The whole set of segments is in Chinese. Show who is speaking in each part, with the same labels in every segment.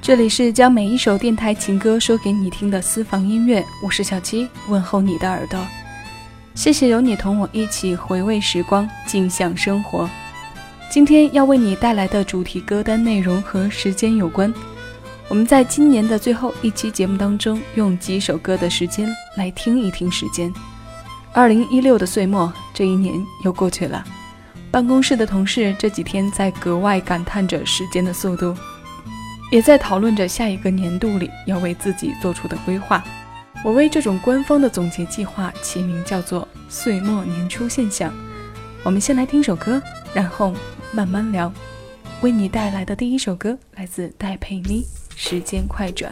Speaker 1: 这里是将每一首电台情歌说给你听的私房音乐，我是小七，问候你的耳朵。谢谢有你同我一起回味时光，尽享生活。今天要为你带来的主题歌单内容和时间有关，我们在今年的最后一期节目当中，用几首歌的时间来听一听时间。2016的岁末，这一年又过去了，办公室的同事这几天在格外感叹着时间的速度，也在讨论着下一个年度里要为自己做出的规划。我为这种官方的总结计划起名叫做岁末年初现象。我们先来听首歌，然后慢慢聊。为你带来的第一首歌来自戴佩妮，时间快转。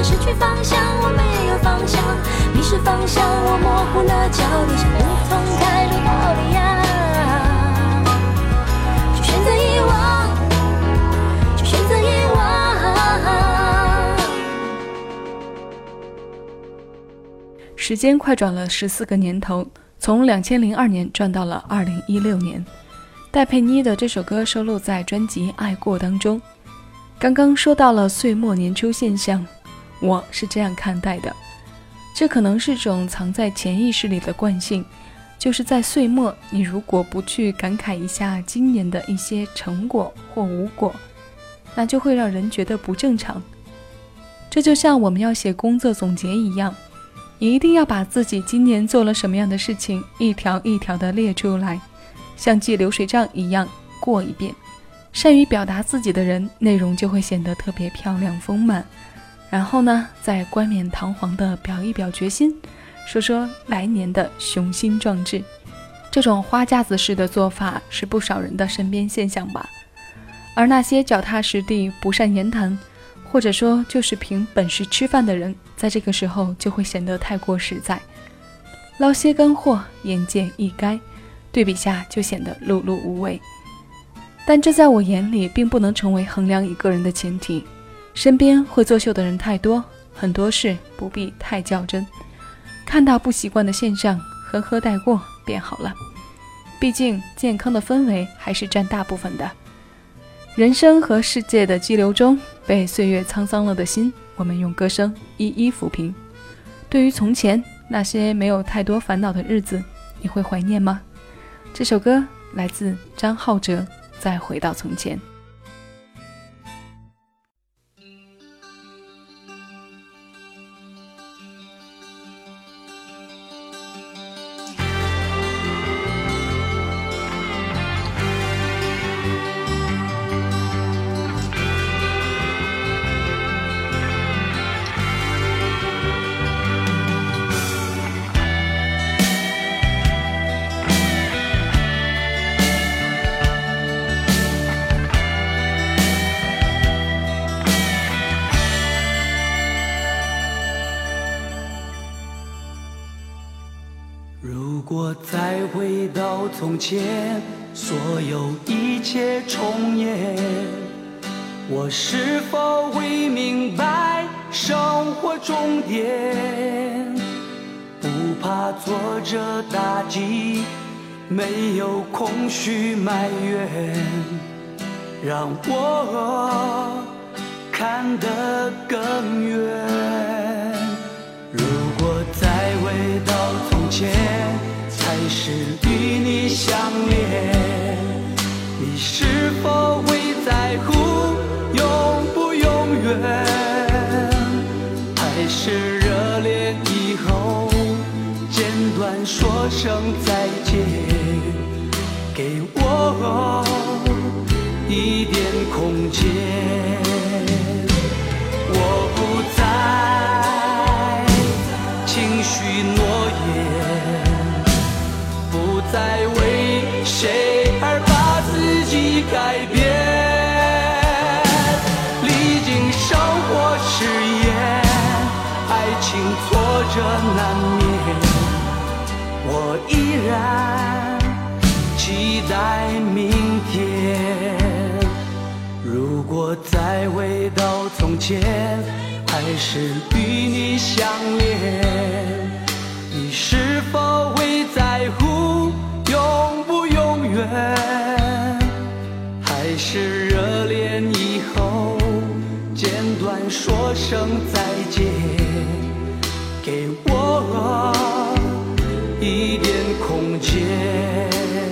Speaker 2: 方向，我模糊了焦点，像不同
Speaker 1: 时间快转了14个年头，从2002年转到了2016年。戴佩妮的这首歌收录在专辑《爱过》当中。刚刚说到了岁末年初现象，我是这样看待的，这可能是种藏在潜意识里的惯性，就是在岁末，你如果不去感慨一下今年的一些成果或无果，那就会让人觉得不正常。这就像我们要写工作总结一样，你一定要把自己今年做了什么样的事情一条一条的列出来，像记流水账一样过一遍。善于表达自己的人，内容就会显得特别漂亮丰满，然后呢，再冠冕堂皇的表一表决心，说说来年的雄心壮志。这种花架子式的做法是不少人的身边现象吧。而那些脚踏实地不善言谈，或者说就是凭本事吃饭的人，在这个时候就会显得太过实在，捞些干货言简意赅，对比下就显得碌碌无为。但这在我眼里并不能成为衡量一个人的前提，身边会作秀的人太多，很多事不必太较真，看到不习惯的现象呵呵带过便好了，毕竟健康的氛围还是占大部分的。人生和世界的激流中，被岁月沧桑了的心，我们用歌声一一抚平。对于从前那些没有太多烦恼的日子，你会怀念吗？这首歌来自张浩哲，再回到从前。
Speaker 2: 如果再回到从前，所有一切重演，我是否会明白生活终点？不怕挫折打击，没有空虚埋怨，让我看得更远。如果再回到从前，才是与你相恋，你是否会在乎永不永远？还是热恋以后简短说声再见，给我一点空间。我不再轻许诺言，不再为谁而把自己改变。历经生活试验，爱情挫折难免，我依然期待明天。如果再回到从前，还是与你相恋，你是否会在乎永不永远？还是热恋以后简短说声再见，给我一点空间。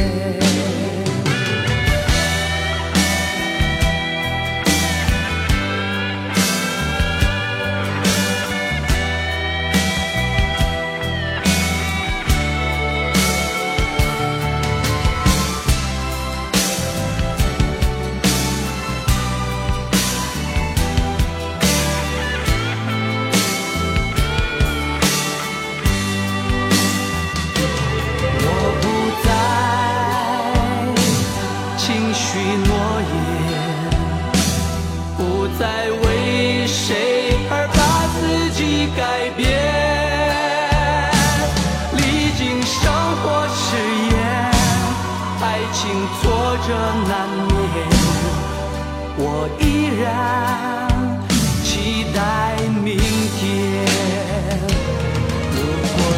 Speaker 2: 挫折难免，我依然期待明天。如果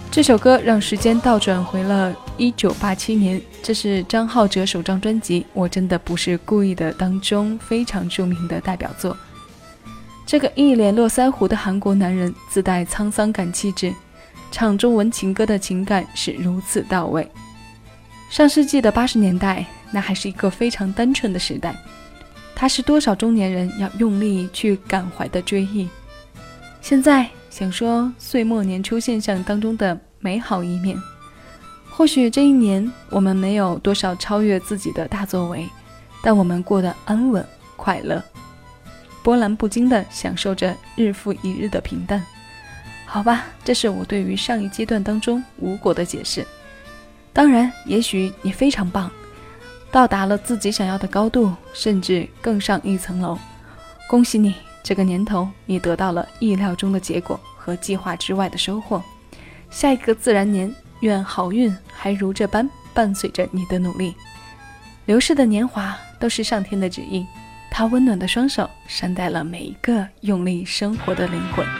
Speaker 1: 这首歌让时间倒转回了1987年，这是张浩哲首张专辑《我真的不是故意的》当中非常著名的代表作。这个一脸络腮胡的韩国男人自带沧桑感气质，唱中文情歌的情感是如此到位。上世纪的80年代，那还是一个非常单纯的时代，它是多少中年人要用力去感怀的追忆。现在想说岁末年初现象当中的美好一面，或许这一年我们没有多少超越自己的大作为，但我们过得安稳快乐，波澜不惊地享受着日复一日的平淡。好吧，这是我对于上一阶段当中无果的解释。当然，也许你非常棒，到达了自己想要的高度，甚至更上一层楼，恭喜你，这个年头你得到了意料中的结果和计划之外的收获。下一个自然年，愿好运还如这般伴随着你的努力。流逝的年华都是上天的旨意，他温暖的双手善待了每一个用力生活的灵魂。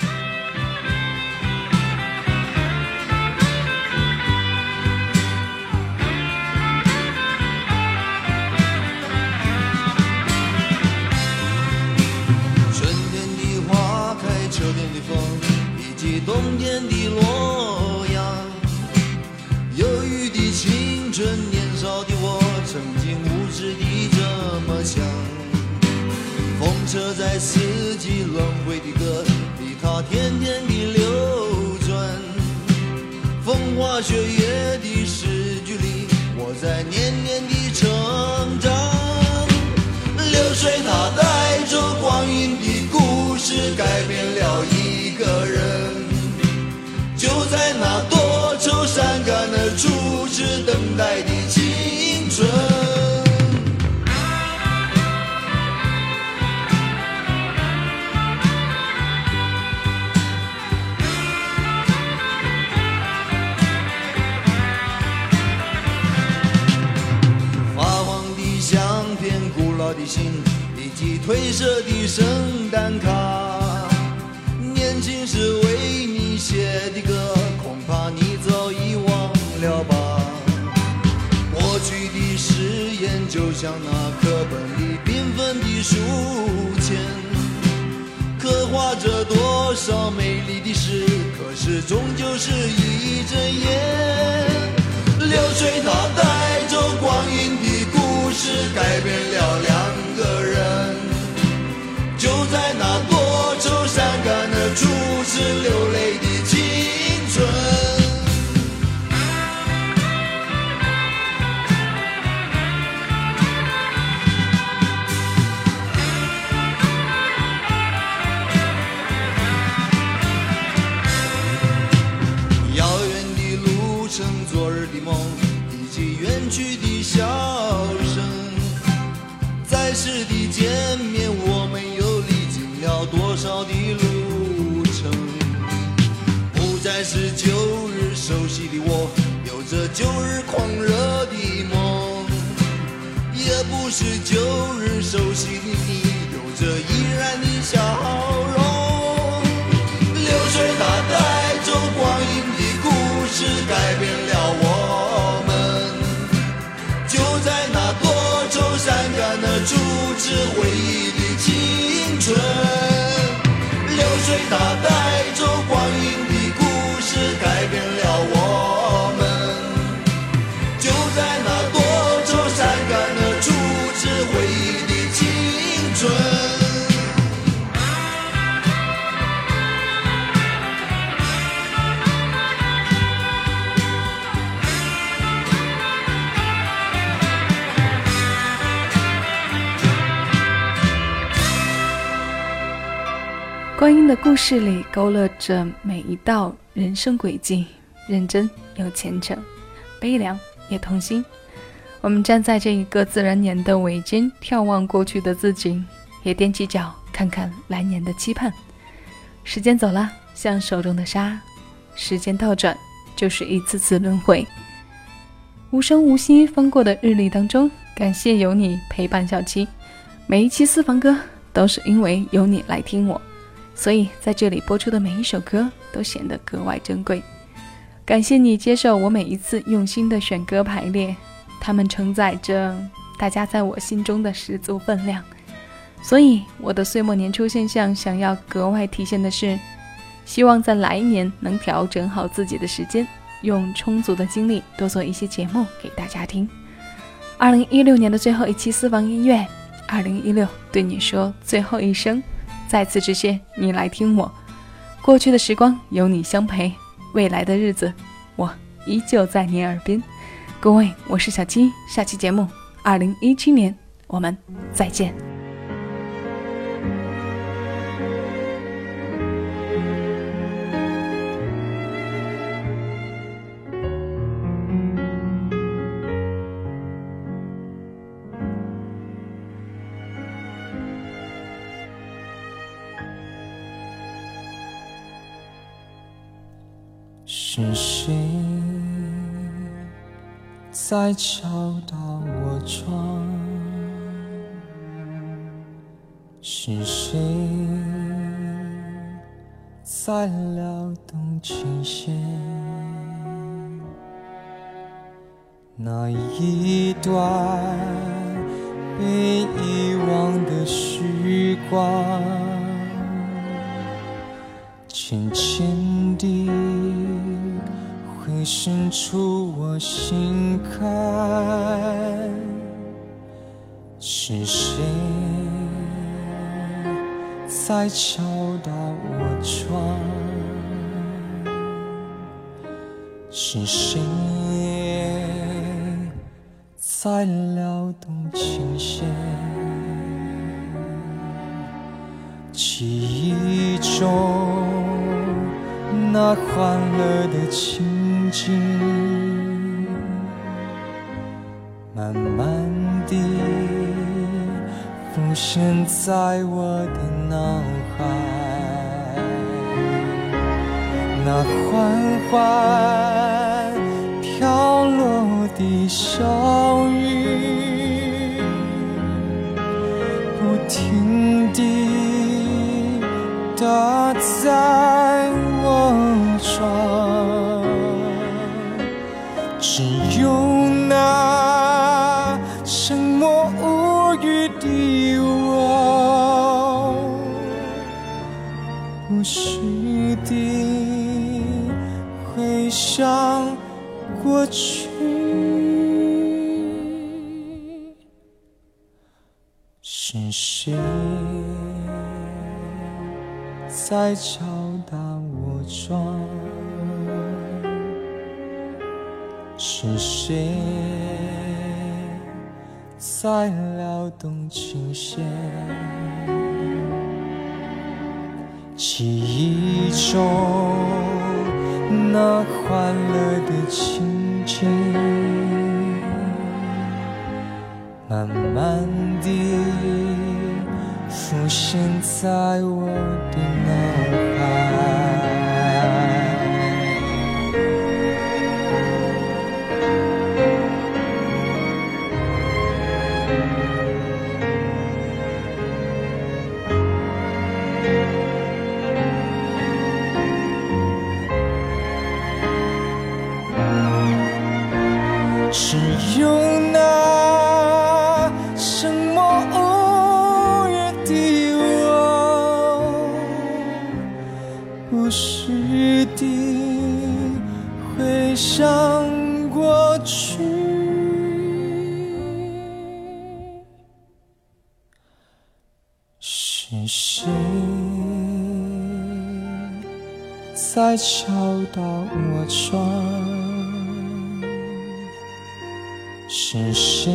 Speaker 3: 冬天的洛阳，忧郁的青春，年少的我曾经无知地这么想。风车在四季轮回的歌里，它天天地流转。风花雪月的诗句里，我在年年地成长。流水它带着光阴的故事，改变了一个人。就在那多愁善感的初次等待的青春，发黄的相片、古老的信以及褪色的圣诞卡，年轻时为你写的歌，恐怕你早已忘了吧。过去的誓言就像那课本里缤纷的书签，刻画着多少美丽的诗，可是终究是一阵烟。流水它带着光阴的故事，改变了两个人。就在那多愁善感的初次流泪的青春，遥远的路程，昨日的梦，以及远去的笑声，在世的见面，我们又历经了多少的路程。不再是旧日熟悉的我，有着旧日狂热的梦，也不是旧日熟悉的你，有着依然的笑容。流水它带着光阴的故事，改变了我们。就在那多愁善感的初次回忆的青春，流水它带着光阴的故事，改变了我们。就在那多愁善感的初次回忆的青春。
Speaker 1: 观音的故事里勾勒着每一道人生轨迹，认真又虔诚，悲凉也痛心。我们站在这一个自然年的尾间，眺望过去的自己，也踮起脚看看来年的期盼。时间走了，像手中的沙，时间倒转，就是一次次轮回。无声无息翻过的日历当中，感谢有你陪伴小七。每一期私房歌都是因为有你来听我，所以在这里播出的每一首歌都显得格外珍贵。 感谢你接受我每一次用心的选歌排列，它们承载着大家在我心中的十足分量。所以我的岁末年初现象想要格外体现的是，希望在来年能调整好自己的时间，用充足的精力多做一些节目给大家听。2016年的最后一期私房音乐，2016对你说最后一声，再次致谢你来听我。过去的时光有你相陪，未来的日子我依旧在你耳边。各位，我是小七，下期节目2017年我们再见。
Speaker 4: 是谁在敲打我窗？是谁在撩动琴弦？那一段被遗忘的时光，浅浅地会渗出我心坎。是谁在敲打我窗？是谁在撩动琴弦？记忆中那欢乐的情景，慢慢地浮现在我的脑海。那缓缓飘落的小雨，不停地打在我窗，只有那沉默无语的我，不时地回想过去。是谁在敲打我窗？是谁在撩动琴弦？记忆中那欢乐的情景，慢慢地浮现在我的脑海。只有那沉默无语的我，不时地回想过去。是谁在敲打我窗？是谁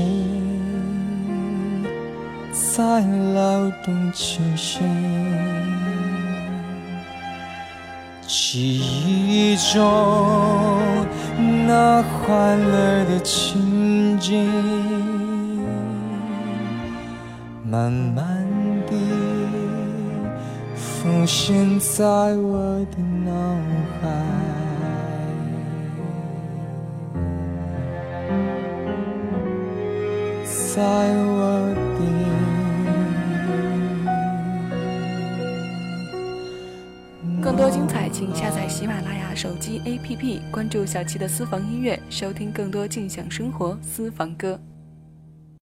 Speaker 4: 在撩动琴弦？记忆中那欢乐的情景，慢慢地浮现在我的脑海。在我的
Speaker 1: 更多精彩请下载喜马拉雅手机 APP， 关注小七的私房音乐，收听更多静享生活私房歌。